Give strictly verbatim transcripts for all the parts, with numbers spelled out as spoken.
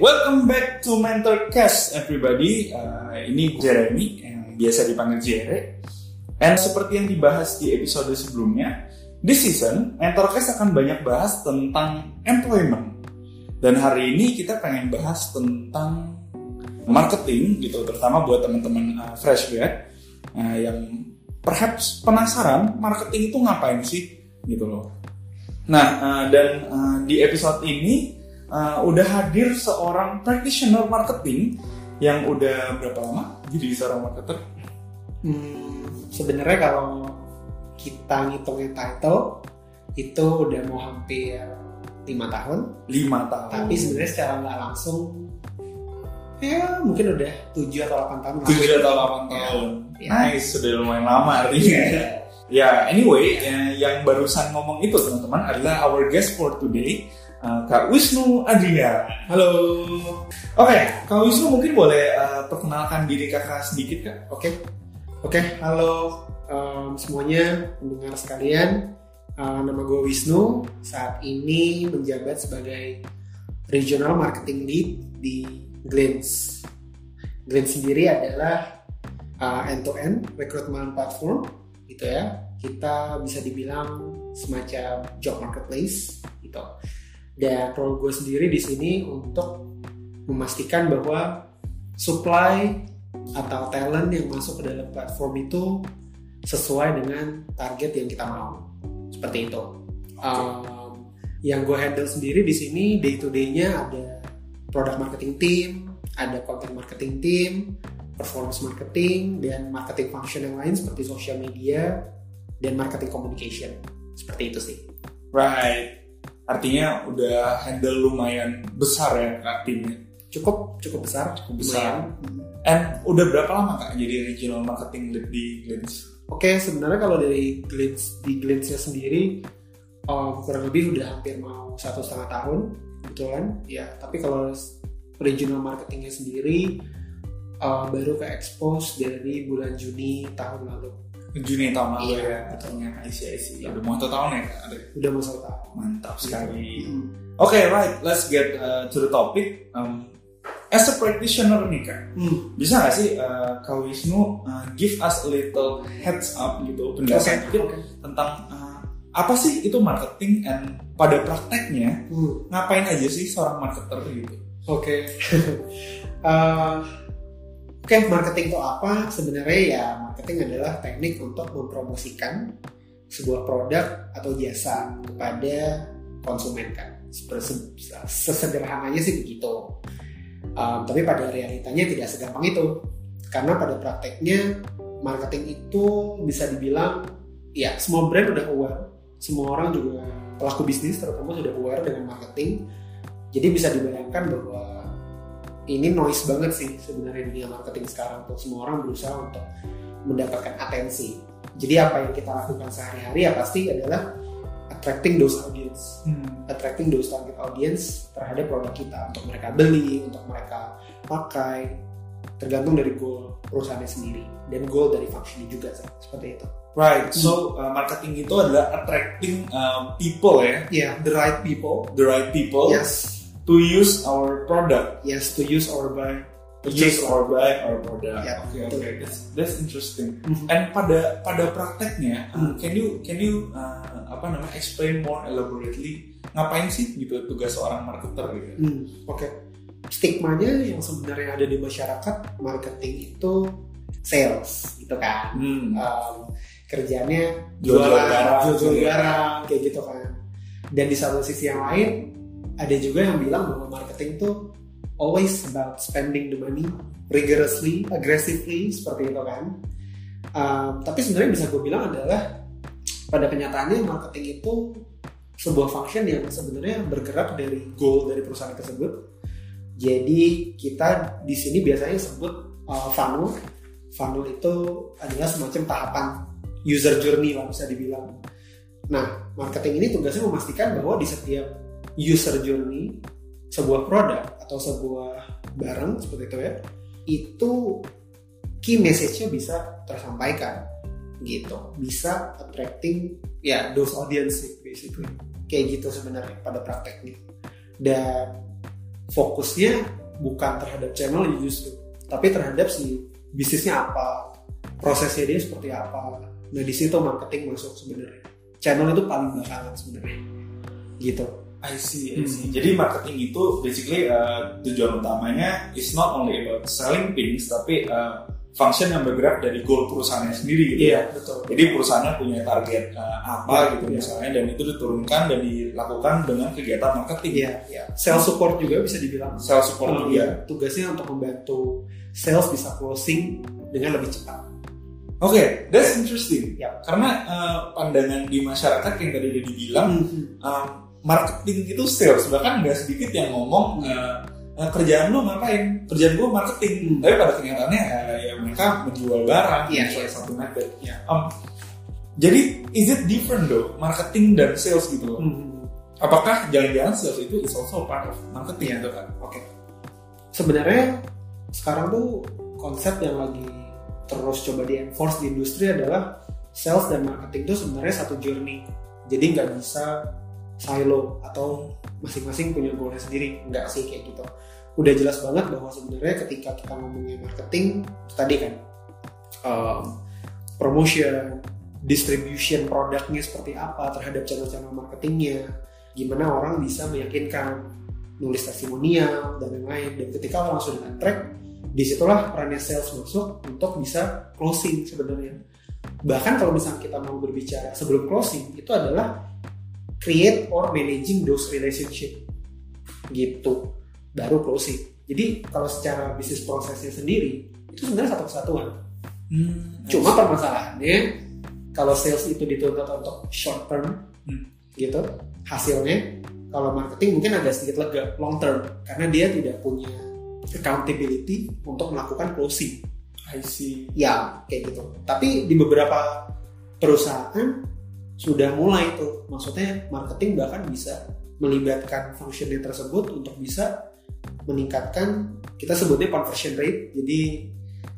welcome back to Mentorcast everybody. Uh, ini Jeremy yang biasa dipanggil Jere. And seperti yang dibahas di episode sebelumnya, this season Mentorcast akan banyak bahas tentang employment. Dan hari ini kita pengen bahas tentang marketing gitu, terutama buat teman-teman uh, fresh grad uh, yang perhaps penasaran marketing itu ngapain sih gitu loh. Nah, uh, dan uh, di episode ini Uh, udah hadir seorang practitioner marketing yang udah berapa lama jadi seorang marketer? Hmm, sebenarnya kalau kita ngitungin title itu udah mau hampir lima tahun. lima tahun. Tapi sebenarnya secara nggak langsung ya mungkin udah tujuh atau delapan tahun. tujuh atau delapan tahun. Ya. Nice, sudah lumayan lama artinya. Ya, ya, anyway, eh, yang barusan ngomong itu teman-teman adalah our guest for today. Uh, Kak Wisnu Adria. Halo. Oke, okay, Kak Wisnu mungkin boleh uh, perkenalkan diri kakak sedikit Kak? Oke, okay. oke. Okay, halo um, semuanya pendengar sekalian. Uh, nama gue Wisnu. Saat ini menjabat sebagai Regional Marketing Lead di Glints. Glints sendiri adalah uh, end-to-end recruitment platform, gitu ya. Kita bisa dibilang semacam job marketplace, gitu. Dan role gue sendiri di sini untuk memastikan bahwa supply atau talent yang masuk ke dalam platform itu sesuai dengan target yang kita mau. Seperti itu. Um, yang gue handle sendiri di sini day to day-nya ada product marketing team, ada content marketing team, performance marketing, dan marketing function yang lain seperti social media dan marketing communication. Seperti itu sih. Right. Artinya udah handle lumayan besar ya Kak timnya? Cukup, cukup besar. Cukup besar. And udah berapa lama Kak jadi regional marketing lead di Glints? Oke, okay, sebenarnya kalau dari Glints, di Glints-nya sendiri um, kurang lebih udah hampir mau satu setengah tahun, kebetulan. Ya, tapi kalau regional marketingnya sendiri uh, baru ke expose dari bulan Juni tahun lalu. Juni tahun lalu iya, ya, katanya I C I C. Udah mau satu tahun ya Kak? Udah mau satu tahun. Mantap sekali. Hmm. Oke, okay, right. Let's get uh, to the topic. Um, as a practitioner nih Kak, hmm. bisa nggak sih uh, Kak Wisnu uh, give us a little heads up gitu, penjelasan sedikit okay, okay. tentang uh, apa sih itu marketing and pada prakteknya hmm. ngapain aja sih seorang marketer gitu? Oke. Okay. uh, Oke, okay, marketing itu apa? Sebenarnya ya marketing adalah teknik untuk mempromosikan sebuah produk atau jasa kepada konsumen kan. Sesederhananya sih begitu. Um, tapi pada realitanya tidak segampang itu. Karena pada prakteknya marketing itu bisa dibilang ya semua brand udah aware, semua orang juga pelaku bisnis terutama sudah aware dengan marketing. Jadi bisa dibayangkan bahwa ini noise banget sih sebenarnya dunia marketing sekarang tuh. Semua orang berusaha untuk mendapatkan atensi. Jadi apa yang kita lakukan sehari-hari ya pasti adalah attracting those audience, hmm. attracting those target audience terhadap produk kita untuk mereka beli, untuk mereka pakai, tergantung dari goal perusahaannya sendiri dan goal dari functionnya juga sih. Seperti itu. Right. So uh, marketing itu adalah attracting uh, people ya. Yeah, the right people. The right people. Yes. To use our product. Yes, to use or buy. To use or buy our product. Yeah, okay, betul. okay. That's that's interesting. Mm-hmm. And pada pada prakteknya, mm-hmm. uh, can you can you uh, apa namanya explain more elaborately ngapain sih gitu tugas seorang marketer gitu? Mm, Oke. Okay. Stigmanya yang sebenarnya ada di masyarakat marketing itu sales gitu kan. Mm. Um, kerjanya jualan barang, jual barang kayak gitu kan. Dan di satu sisi yang lain ada juga yang bilang bahwa marketing tuh always about spending the money rigorously, aggressively, seperti itu kan. Um, tapi sebenarnya bisa gue bilang adalah pada kenyataannya marketing itu sebuah function yang sebenarnya bergerak dari goal dari perusahaan tersebut. Jadi kita di sini biasanya sebut uh, funnel. Funnel itu adalah semacam tahapan user journey lah bisa dibilang. Nah, marketing ini tugasnya memastikan bahwa di setiap user journey sebuah produk atau sebuah barang seperti itu ya, itu key message-nya bisa tersampaikan gitu, bisa attracting ya those audience basically kayak gitu sebenarnya pada prakteknya. Dan fokusnya bukan terhadap channel justru, tapi terhadap si bisnisnya apa, prosesnya dia seperti apa. Nah di situ marketing masuk sebenarnya. Channel itu paling belakangan sebenarnya, gitu. I see, I see. Hmm. Jadi marketing itu basically uh, tujuan utamanya is not only about selling things, tapi uh, function yang bergerak dari goal perusahaannya sendiri gitu. Iya, betul. Jadi perusahaannya punya target uh, apa ya, gitu ya. Misalnya, dan itu diturunkan dan dilakukan dengan kegiatan marketing. Iya, iya. Sales support juga bisa dibilang. Sales support oh, juga. Iya. Tugasnya untuk membantu sales bisa closing dengan lebih cepat. Oke, okay, that's interesting. Ya. Karena uh, pandangan di masyarakat yang tadi udah dibilang, mm-hmm. um, marketing itu sales. Bahkan nggak sedikit yang ngomong uh, uh, kerjaan lu ngapain? Kerjaan gua marketing. Hmm. Tapi pada kenyataannya uh, ya mereka menjual barang, yeah, menjual yeah. satu method. Yeah. Um, jadi is it different though, marketing dan sales gitu? Hmm. Apakah jangan-jangan sales itu is also part of marketing gitu kan? Oke. Okay. Sebenarnya sekarang tuh konsep yang lagi terus coba di-enforce di industri adalah sales dan marketing itu sebenarnya satu journey. Jadi nggak bisa silo atau masing-masing punya goalnya sendiri, enggak sih kayak gitu. Udah jelas banget bahwa sebenarnya ketika kita ngomongin marketing tadi kan um, promotion, distribution produknya seperti apa terhadap channel-channel marketingnya, gimana orang bisa meyakinkan, nulis testimonial dan lain-lain. Dan ketika orang sudah track, disitulah perannya sales masuk untuk bisa closing sebenarnya. Bahkan kalau misalnya kita mau berbicara sebelum closing, itu adalah create or managing those relationship gitu, baru closing. Jadi kalau secara bisnis prosesnya sendiri itu sebenarnya satu kesatuan. Hmm, Cuma permasalahannya kalau sales itu dituntut untuk short term, hmm. gitu hasilnya. Kalau marketing mungkin agak sedikit lega long term karena dia tidak punya accountability untuk melakukan closing. I see. Ya kayak gitu. Tapi di beberapa perusahaan sudah mulai tuh, maksudnya marketing bahkan bisa melibatkan functionnya tersebut untuk bisa meningkatkan, kita sebutnya conversion rate. Jadi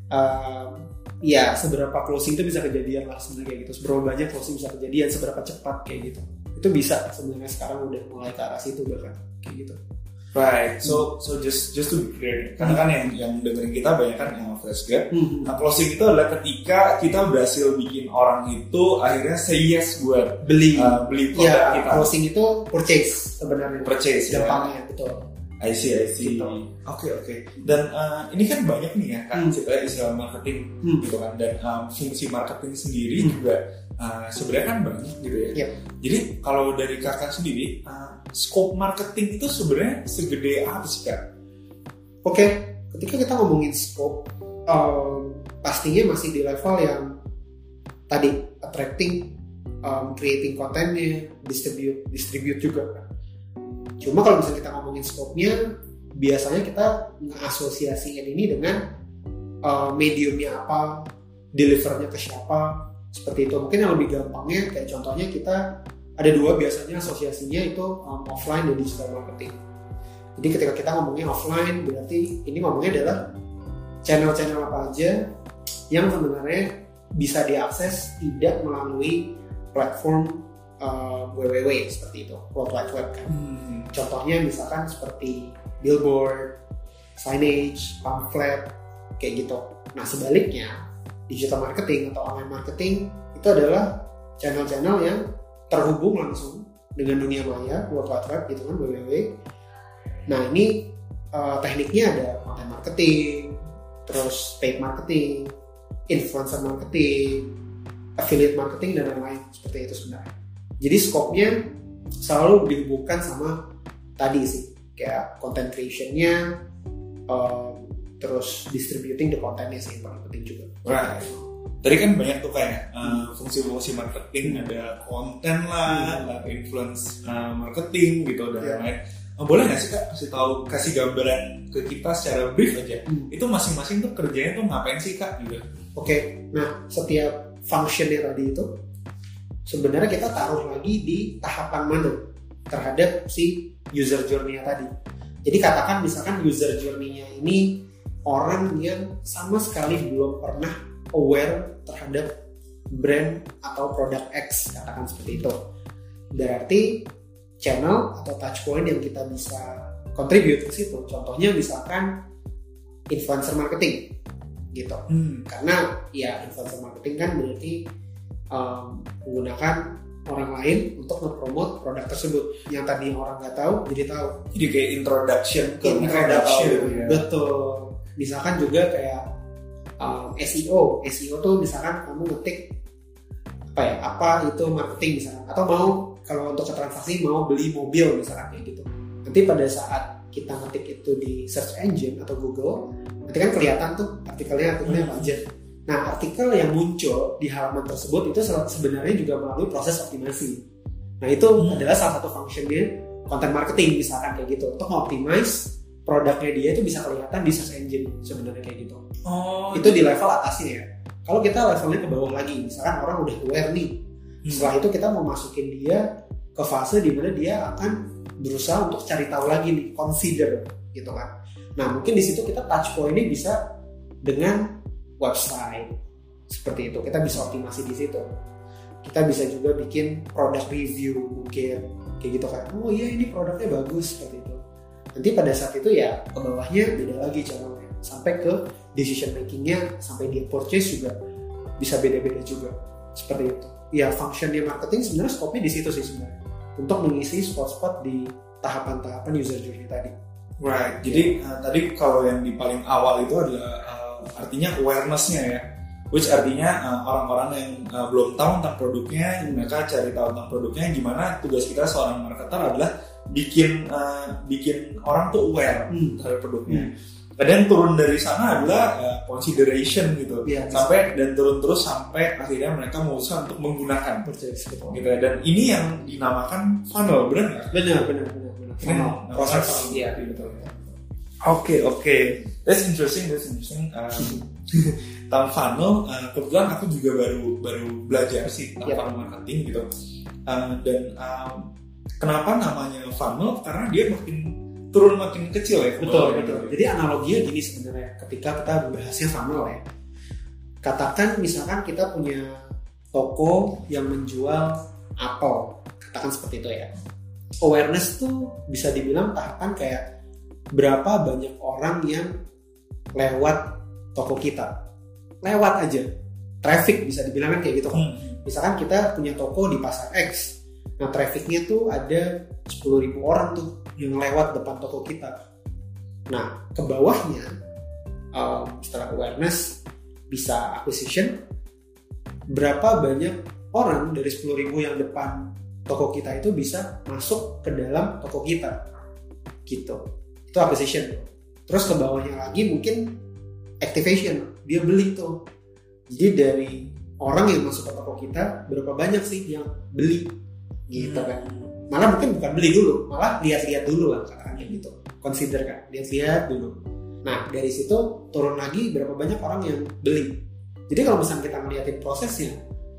uh, ya seberapa closing itu bisa kejadian lah sebenarnya kayak gitu, seberapa banyak closing bisa kejadian, seberapa cepat kayak gitu. Itu bisa sebenarnya sekarang udah mulai ke arah situ bahkan kayak gitu. Right, so so just just to be clear, karena kan yang yang dengerin kita banyak kan yang fresh grad. Mm-hmm. Nah closing itu adalah ketika kita berhasil bikin orang itu akhirnya say yes buat beli uh, beli produk ya, kita. Closing itu purchase sebenarnya. Purchase, gampangnya, ya. Betul. I see, I see. Oke, oke. Okay, okay. Dan uh, ini kan banyak nih ya kan, hmm. kita istilah marketing hmm. gitu kan, dan um, fungsi marketing sendiri hmm. juga uh, sebenarnya kan banyak gitu ya. Yep. Jadi kalau dari kakak sendiri, uh, scope marketing itu sebenarnya segede apa sih kak? Oke, okay. Ketika kita ngomongin scope, um, pastinya masih di level yang tadi attracting, um, creating kontennya, distribute, distribute juga kan. Cuma kalau misalnya kita ngomongin scope-nya, biasanya kita nge-asosiasiin ini dengan uh, mediumnya apa, delivernya ke siapa, seperti itu. Mungkin yang lebih gampangnya, kayak contohnya kita ada dua biasanya asosiasinya itu um, offline dan digital marketing. Jadi ketika kita ngomongnya offline, berarti ini ngomongnya adalah channel-channel apa aja yang sebenarnya bisa diakses tidak melalui platform uh, W W W seperti itu, World Wide Web kan. Hmm. Contohnya misalkan seperti billboard, signage, pamflet, kayak gitu. Nah sebaliknya, digital marketing atau online marketing itu adalah channel-channel yang terhubung langsung dengan dunia maya, World Wide Web gitu kan, W W W. Nah ini uh, tekniknya ada content marketing, terus paid marketing, influencer marketing, affiliate marketing, dan lain-lain seperti itu sebenarnya. Jadi scope-nya selalu dihubungkan sama tadi sih, kayak content creation-nya, um, terus distributing the content-nya sih yang paling penting juga. Right. Tadi kan banyak tuh kayak uh, fungsi-fungsi marketing, ada konten lah, hmm. ada influence uh, marketing gitu dan yeah. lain-lain. Oh, boleh nggak sih kak kasih tahu, kasih gambaran ke kita secara brief aja? Hmm. Itu masing-masing tuh kerjanya tuh ngapain sih kak? Gitu. Oke, okay. Nah setiap functionnya tadi itu sebenarnya kita taruh lagi di tahapan mana terhadap si user journey-nya tadi. Jadi katakan misalkan user journey-nya ini orang yang sama sekali belum pernah aware terhadap brand atau produk X, katakan seperti itu. Berarti channel atau touch point yang kita bisa contribute ke situ. Contohnya misalkan influencer marketing gitu. Hmm. Karena ya influencer marketing kan berarti um, menggunakan orang lain untuk nge-promote produk tersebut yang tadi orang nggak tahu jadi tahu. Jadi kayak introduction ke introduction ya. Betul. Misalkan juga kayak um, S E O. S E O tuh misalkan kamu ngetik apa ya? Apa itu marketing misalkan, atau mau kalau untuk transaksi mau beli mobil misalkan kayak gitu. Nanti pada saat kita ngetik itu di search engine atau Google, nanti kan kelihatan tuh artikelnya artikelnya apa aja. Nah, artikel yang muncul di halaman tersebut itu sebenarnya juga melalui proses optimasi. Nah, itu hmm. adalah salah satu fungsinya content marketing misalkan kayak gitu, untuk optimize produknya dia itu bisa kelihatan di search engine sebenarnya kayak gitu. Oh, itu di level atasnya ya. Kalau kita levelnya ke bawah lagi, misalkan orang udah aware nih, hmm. setelah itu kita mau masukin dia ke fase di mana dia akan berusaha untuk cari tahu lagi nih, consider gitu kan. Nah, mungkin di situ kita touch point-nya bisa dengan website seperti itu, kita bisa optimasi di situ. Kita bisa juga bikin product review mungkin kayak gitu kan. Oh iya, ini produknya bagus seperti itu. Nanti pada saat itu ya ke bawahnya beda lagi caranya, sampai ke decision makingnya, sampai dia purchase juga bisa beda-beda juga seperti itu. Ya functionnya marketing sebenarnya scope-nya di situ sih sebenarnya, untuk mengisi spot-spot di tahapan-tahapan user journey tadi. Right. Jadi yeah. uh, tadi kalau yang di paling awal itu adalah uh, artinya awareness-nya ya, which artinya uh, orang-orang yang uh, belum tahu tentang produknya, mereka cari tahu tentang produknya. Gimana tugas kita seorang marketer adalah bikin uh, bikin orang tuh aware hmm. terhadap produknya. Hmm. Dan turun dari sana adalah uh, consideration gitu, ya, sampai bisa. Dan turun terus sampai akhirnya mereka memutuskan untuk menggunakan purchase gitu. Dan ini yang dinamakan funnel, benar nggak? Benar, benar, benar, benar. Funnel, proses. Iya, betul. Oke, oke, that's interesting, that's interesting. Um, tentang funnel, uh, kebetulan aku juga baru baru belajar sih tentang yep. funnel marketing gitu. Uh, dan um, kenapa namanya funnel? Karena dia makin turun makin kecil ya. Betul, betul. Jadi analoginya gini sebenarnya ketika kita bahasnya funnel ya. Katakan misalkan kita punya toko yang menjual apel, katakan seperti itu ya. Awareness tuh bisa dibilang tahapan kayak berapa banyak orang yang lewat toko kita. Lewat aja. Traffic bisa dibilang kan kayak gitu kan. Hmm. Misalkan kita punya toko di pasar X. Nah, trafficnya tuh ada sepuluh ribu orang tuh yang lewat depan toko kita. Nah, ke bawahnya um, setelah awareness bisa acquisition, berapa banyak orang dari sepuluh ribu yang depan toko kita itu bisa masuk ke dalam toko kita gitu. Itu acquisition. Terus ke bawahnya lagi mungkin activation, dia beli tuh. Jadi dari orang yang masuk ke toko kita, berapa banyak sih yang beli gitu kan. Malah mungkin bukan beli dulu, malah lihat-lihat dulu lah katakan kayak gitu. Consider kan, lihat-lihat dulu. Nah, dari situ turun lagi berapa banyak orang yang beli. Jadi kalau misalnya kita ngeliatin prosesnya,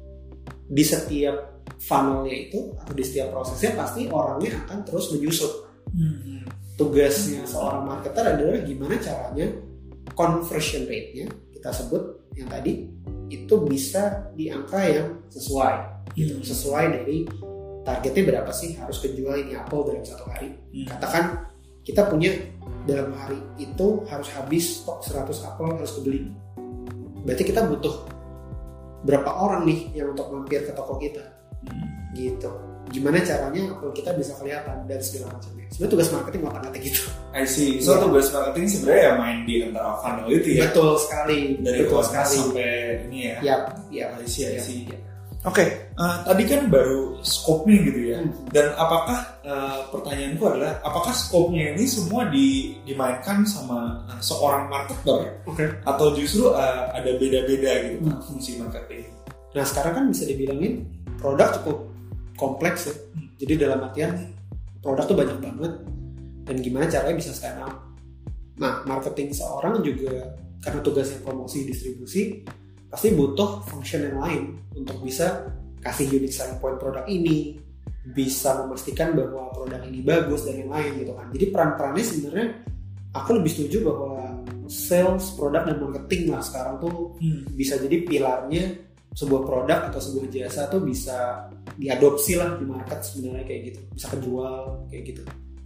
di setiap funnelnya itu atau di setiap prosesnya pasti orangnya akan terus menyusut. Hmm. Tugasnya seorang marketer adalah gimana caranya conversion rate-nya kita sebut yang tadi itu bisa di angka yang sesuai, gitu. Hmm. Sesuai dari targetnya berapa sih harus kejual ini apel dalam satu hari. Hmm. Katakan kita punya dalam hari itu harus habis stok seratus apel harus kebeli. Berarti kita butuh berapa orang nih yang untuk mampir ke toko kita. Hmm. Gitu. Gimana caranya apel kita bisa kelihatan dan segala macamnya. Sebenarnya tugas marketing ngotak-ngatik gitu. I see. So ya. Tugas marketing sebenarnya ya main di antara funnel itu ya. Betul sekali. Dari betul sekali sampai ini ya. Iya, iya. I see, I see. Ya. Oke, okay, uh, tadi kan baru scope-nya gitu ya. Hmm. Dan apakah uh, pertanyaanku adalah apakah scope-nya ini semua di, dimainkan sama uh, seorang marketer, okay, atau justru uh, ada beda-beda gitu hmm. fungsi marketing? Nah, sekarang kan bisa dibilangin produk cukup kompleks ya. Hmm. Jadi dalam artian produk tuh banyak banget dan gimana caranya bisa stand out. Nah, marketing seorang juga karena tugasnya promosi distribusi pasti butuh function yang lain untuk bisa kasih unique selling point produk ini, bisa memastikan bahwa produk ini bagus dan yang lain gitu kan. Jadi peran-perannya sebenarnya aku lebih setuju bahwa sales, produk dan marketing lah sekarang tuh hmm. bisa jadi pilarnya sebuah produk atau sebuah jasa tuh bisa diadopsi lah di market sebenarnya kayak gitu, bisa kejual kayak gitu.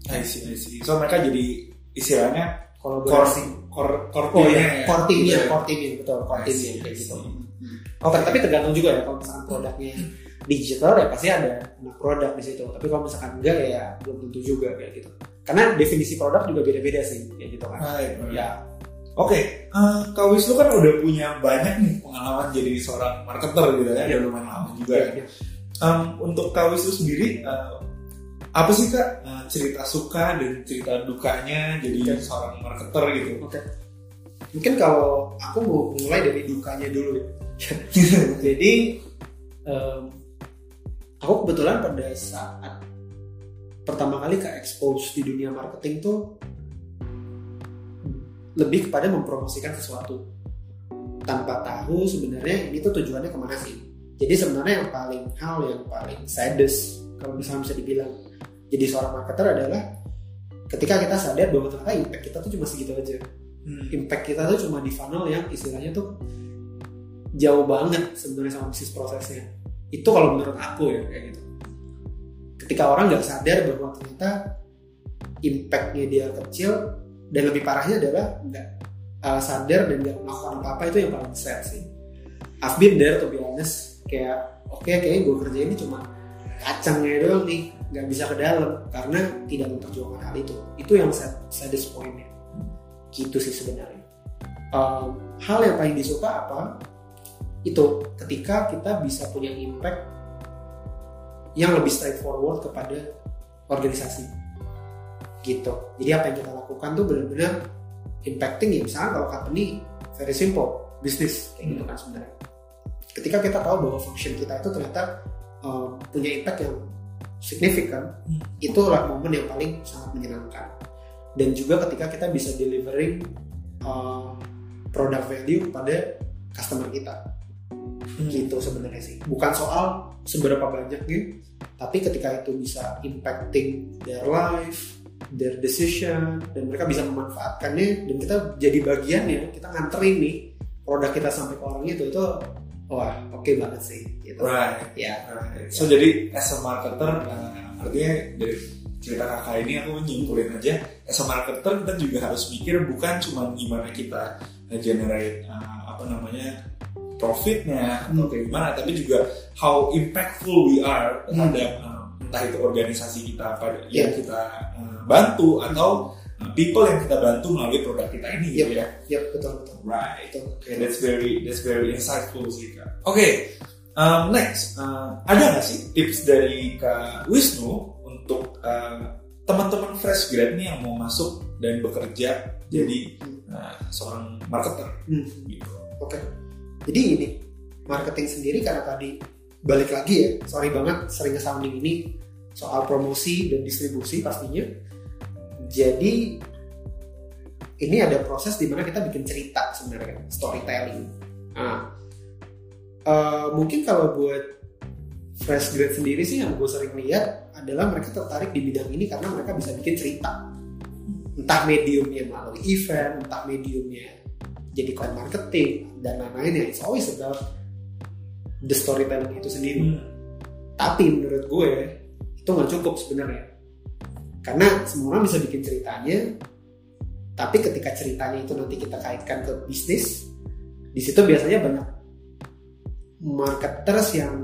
I see, I see. So mereka jadi istilahnya kolaborasi, core core oh teamnya ya, ya? core teamnya, Gitu ya? core teamnya betul, core I teamnya see, kayak I gitu. see. Oh, tapi tergantung juga ya, kalau misalkan produknya digital ya pasti ada anak produk di situ. Tapi kalau misalkan enggak ya belum tentu juga kayak gitu. Karena definisi produk juga beda-beda sih kayak gitu kan. Right, right. Ya. Oke, okay. uh, Kak Wisnu kan udah punya banyak nih pengalaman jadi seorang marketer gitu ya, ya. udah lumayan lama juga. Ya, ya. Um, untuk Kak Wisnu sendiri, uh, apa sih Kak uh, cerita suka dan cerita dukanya jadi okay. seorang marketer gitu? Oke. Okay. Mungkin kalau aku mau mulai dari dukanya dulu ya. Jadi um, aku kebetulan pada saat pertama kali ke expose di dunia marketing tuh lebih kepada mempromosikan sesuatu tanpa tahu sebenarnya ini tuh tujuannya kemana sih. Jadi sebenarnya yang paling hal yang paling saddest kalau misalnya bisa dibilang jadi seorang marketer adalah ketika kita sadar bahwa ternyata impact kita tuh cuma segitu aja. Hmm. Impact kita tuh cuma di funnel yang istilahnya tuh jauh banget sebenarnya sama bisnis prosesnya. Itu kalau menurut aku ya kayak gitu. Ketika orang nggak sadar bahwa ternyata impactnya dia kecil dan lebih parahnya adalah nggak uh, sadar dan nggak melakukan apa-apa, itu yang paling sad sih. I've been there to be honest. Kayak oke okay, kayaknya gue kerja ini cuma kacangnya doang nih, nggak bisa ke dalam karena tidak memperjuangkan hal itu. Itu yang sad, saddest point-nya. Gitu sih sebenarnya. Um, hal yang paling disuka apa? Itu ketika kita bisa punya impact yang lebih straightforward kepada organisasi gitu. Jadi apa yang kita lakukan tuh benar-benar impacting ya. Misalnya kalau company very simple bisnis kayak gitu kan sebenarnya. Ketika kita tahu bahwa function kita itu ternyata um, punya impact yang signifikan, hmm. itulah momen yang paling sangat menyenangkan. Dan juga ketika kita bisa delivering uh, product value kepada customer kita. Hmm. Gitu sebenarnya sih. Bukan soal seberapa banyaknya, tapi ketika itu bisa impacting their life, their decision, dan mereka bisa memanfaatkannya dan kita jadi bagiannya, kita nganterin nih produk kita sampai ke orang itu, itu wah oke okay banget sih gitu. Right. Ya. Right. So jadi as a marketer, uh, artinya dari cerita kakak ini aku menyimpulin aja, as a marketer kita juga harus mikir bukan cuma gimana kita generate uh, apa namanya profitnya atau kayak gimana, tapi juga how impactful we are terhadap hmm. uh, entah itu organisasi kita pada yeah. yang kita uh, bantu atau uh, people yang kita bantu melalui produk kita ini yep. gitu ya. Yep, betul betul. Right. Okay, that's very that's very insightful sih Kak. Oke, okay. um, next uh, ada nggak sih tips dari Kak Wisnu untuk uh, teman-teman fresh grad nih yang mau masuk dan bekerja hmm. jadi uh, seorang marketer hmm. gitu. Oke. Okay. Jadi ini marketing sendiri karena tadi balik lagi ya, sorry banget sering sounding ini soal promosi dan distribusi pastinya. Jadi ini ada proses di mana kita bikin cerita sebenarnya, storytelling. Nah, uh, mungkin kalau buat fresh grad sendiri sih yang gue sering lihat adalah mereka tertarik di bidang ini karena mereka bisa bikin cerita. Entah mediumnya melalui event, entah mediumnya jadi content marketing dan lain-lain ya, it's always about the storytelling itu sendiri. Hmm. Tapi menurut gue itu nggak cukup sebenarnya, karena semua orang bisa bikin ceritanya, tapi ketika ceritanya itu nanti kita kaitkan ke bisnis, di situ biasanya banyak marketers yang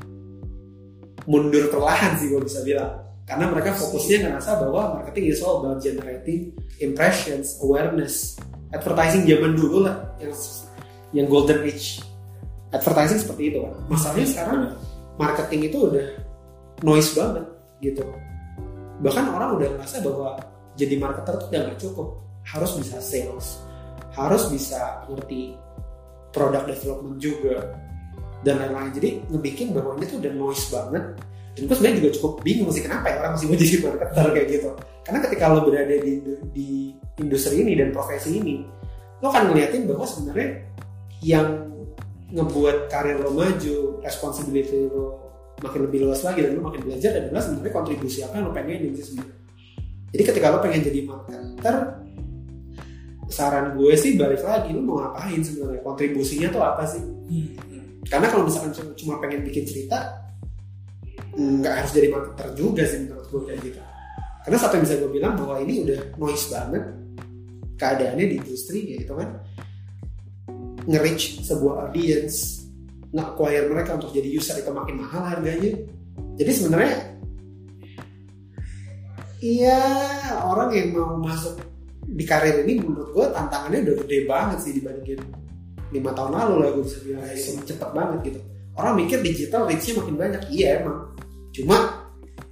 mundur perlahan sih gue bisa bilang, karena mereka fokusnya ngerasa bahwa marketing is all about generating impressions, awareness. Advertising zaman dulu lah, yang yang golden age advertising seperti itu kan. Masalahnya sekarang marketing itu udah noise banget gitu. Bahkan orang udah ngerasa bahwa jadi marketer itu udah gak cukup, harus bisa sales, harus bisa ngerti product development juga dan lain-lain. Jadi ngebikin bahwa ini tuh udah noise banget. Dan gue sebenarnya juga cukup bingung sih kenapa ya orang masih mau jadi marketer kayak gitu. Karena ketika lo berada di, di industri ini dan profesi ini, lo kan ngeliatin bahwa sebenarnya yang ngebuat karir lo maju, responsibility lo makin lebih luas lagi dan lo makin belajar adalah sebenarnya kontribusi apa yang lo pengen di sendiri. Jadi ketika lo pengen jadi marketer, saran gue sih balik lagi, lo mau ngapain sebenarnya, kontribusinya tuh apa sih? Hmm. Karena kalau misalkan cuma pengen bikin cerita, nggak harus jadi marketer juga sih menurut gue kayak gitu. Karena satu yang bisa gue bilang bahwa ini udah noise banget keadaannya di industri gitu kan, nge-reach sebuah audience, nge-acquire mereka untuk jadi user itu makin mahal harganya. Jadi sebenarnya iya, orang yang mau masuk di karir ini menurut gue tantangannya udah gede banget sih dibandingin lima tahun lalu lah, gue bisa bilang itu cepet banget gitu. Orang mikir digital reach-nya makin banyak, iya emang, cuma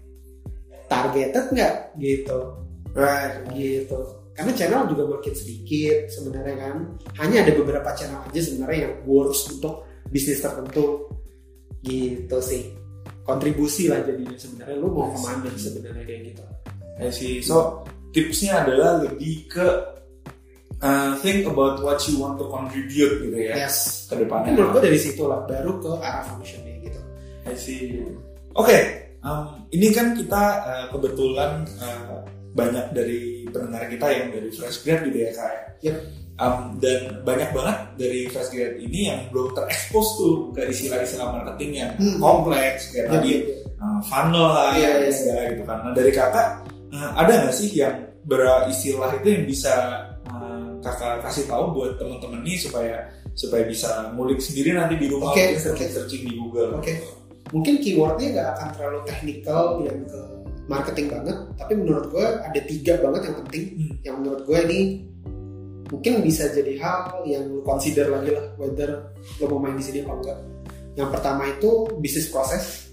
targeted nggak gitu, right gitu. Karena channel juga makin sedikit sebenarnya kan, hanya ada beberapa channel aja sebenarnya yang works untuk bisnis tertentu gitu sih. Kontribusi lah jadinya sebenarnya, lu mau kemana sebenarnya kayak gitu. I see. So tipsnya adalah lebih ke uh, think about what you want to contribute gitu ya. Yes. Ke depannya. Menurut gue dari situ lah baru ke arah functionnya gitu. I see. Oke, okay. um, ini kan kita uh, kebetulan uh, banyak dari pendengar kita yang dari fresh grad gitu ya kayak. Yep. Um, dan banyak banget dari fresh grad ini yang belum terekspos tuh ke istilah-istilah marketing yang hmm. kompleks kayak yep. tadi uh, funnel lah yeah, yeah, segala yeah. gitu kan. Nah dari kakak uh, ada nggak sih yang beristilah itu yang bisa uh, kakak kasih tahu buat teman-teman nih supaya supaya bisa ngulik sendiri nanti di rumah, okay, searching searching di Google. Oke. Okay. Mungkin keywordnya nggak akan terlalu technical yang ke marketing banget, tapi menurut gue ada tiga banget yang penting hmm. yang menurut gue ini mungkin bisa jadi hal yang lu consider lagi lah whether lo mau main di sini atau enggak. Yang pertama itu bisnis proses.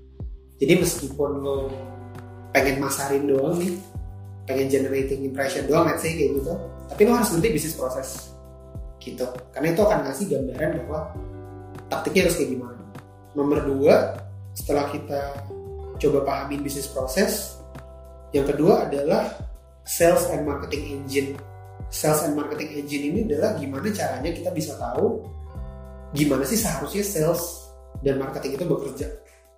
Jadi meskipun lo pengen masarin doang nih, pengen generating impression doang, let's say kayak gitu, tapi lo harus ngerti bisnis proses gitu. Karena itu akan ngasih gambaran bahwa taktiknya harus kayak gimana. Nomor dua, setelah kita coba pahamin bisnis proses, yang kedua adalah sales and marketing engine. Sales and marketing engine ini adalah gimana caranya kita bisa tahu gimana sih seharusnya sales dan marketing itu bekerja,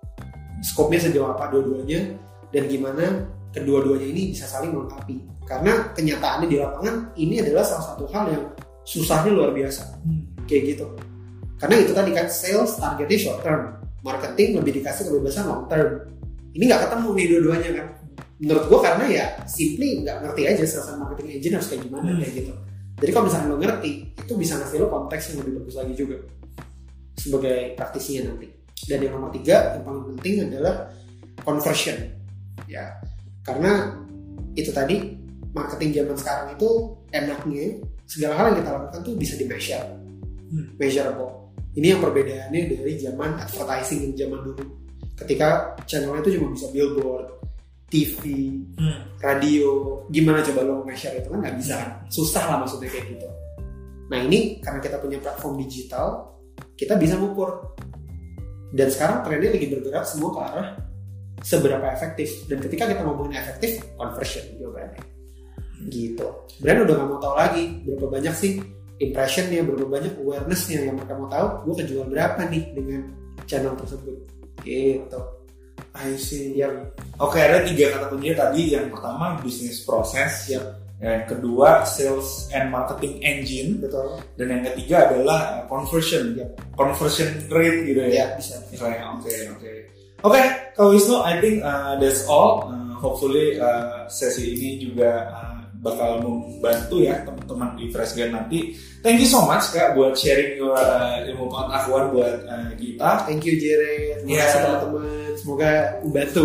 skopnya sejauh apa dua-duanya, dan gimana kedua-duanya ini bisa saling melengkapi. Karena kenyataannya di lapangan ini adalah salah satu hal yang susahnya luar biasa hmm. kayak gitu. Karena itu tadi kan sales targetnya short term, marketing lebih dikasih kebebasan long term. Ini nggak ketemu nih dua-duanya kan. Menurut gue karena ya simply nggak ngerti aja sales and marketing engine harus kayak gimana hmm. kayak gitu. Jadi kalau misalnya lo ngerti, itu bisa ngasih lo konteks yang lebih bagus lagi juga sebagai praktisinya nanti. Dan yang nomor tiga yang paling penting adalah conversion ya, karena itu tadi marketing zaman sekarang itu enaknya segala hal yang kita lakukan tuh bisa di measure, hmm. measurable. Ini yang perbedaannya dari zaman advertising yang zaman dulu, ketika channelnya itu cuma bisa billboard, T V, hmm. radio, gimana coba lo measure itu kan nggak bisa kan, susah lah maksudnya kayak gitu. Nah ini karena kita punya platform digital, kita bisa ngukur. Dan sekarang trennya lagi bergerak semua ke arah seberapa efektif. Dan ketika kita ngomongin efektif, conversion jawabannya. Gitu. Brand udah nggak mau tahu lagi berapa banyak sih impressionnya, berapa banyak awarenessnya yang mereka mau tahu. Gue kejual berapa nih dengan channel tersebut. Gitu. I see. Yep. Oke, ada tiga kata kunci tadi. Yang pertama bisnis proses. Yep. Yang kedua sales and marketing engine. Betul. Dan yang ketiga adalah conversion. Yep. Conversion rate gitu ya. Ya bisa. Misalnya. Oke, oke. Oke, Kak Wisnu, I think uh, that's all. Uh, hopefully uh, sesi ini juga uh, bakal membantu ya teman-teman di Fresh Grad nanti. Thank you so much Kak buat sharing your uh, ilmu pengetahuan buat uh, kita. Thank you Jere. Terima yeah. kasih teman-teman. Semoga membantu.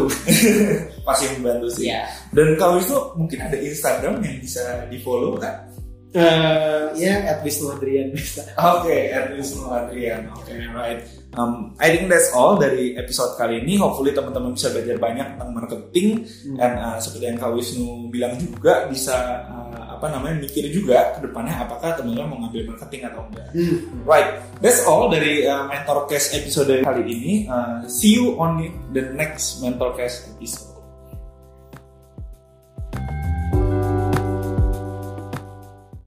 Pasti membantu sih. Yeah. Dan Kak Wisnu mungkin ada Instagram yang bisa di follow kan? Uh, ya, at Wisnu Adrian bisa. Oke, okay, at Wisnu Adrian. Oke, okay, right. Um, I think that's all dari episode kali ini. Hopefully teman-teman bisa belajar banyak tentang marketing hmm. dan uh, seperti yang Kak Wisnu bilang juga bisa uh, apa namanya mikir juga ke depannya apakah teman-teman mau ngambil marketing atau enggak. Hmm. Right, that's all dari uh, Mentorcast episode kali ini. Uh, see you on the next Mentorcast episode.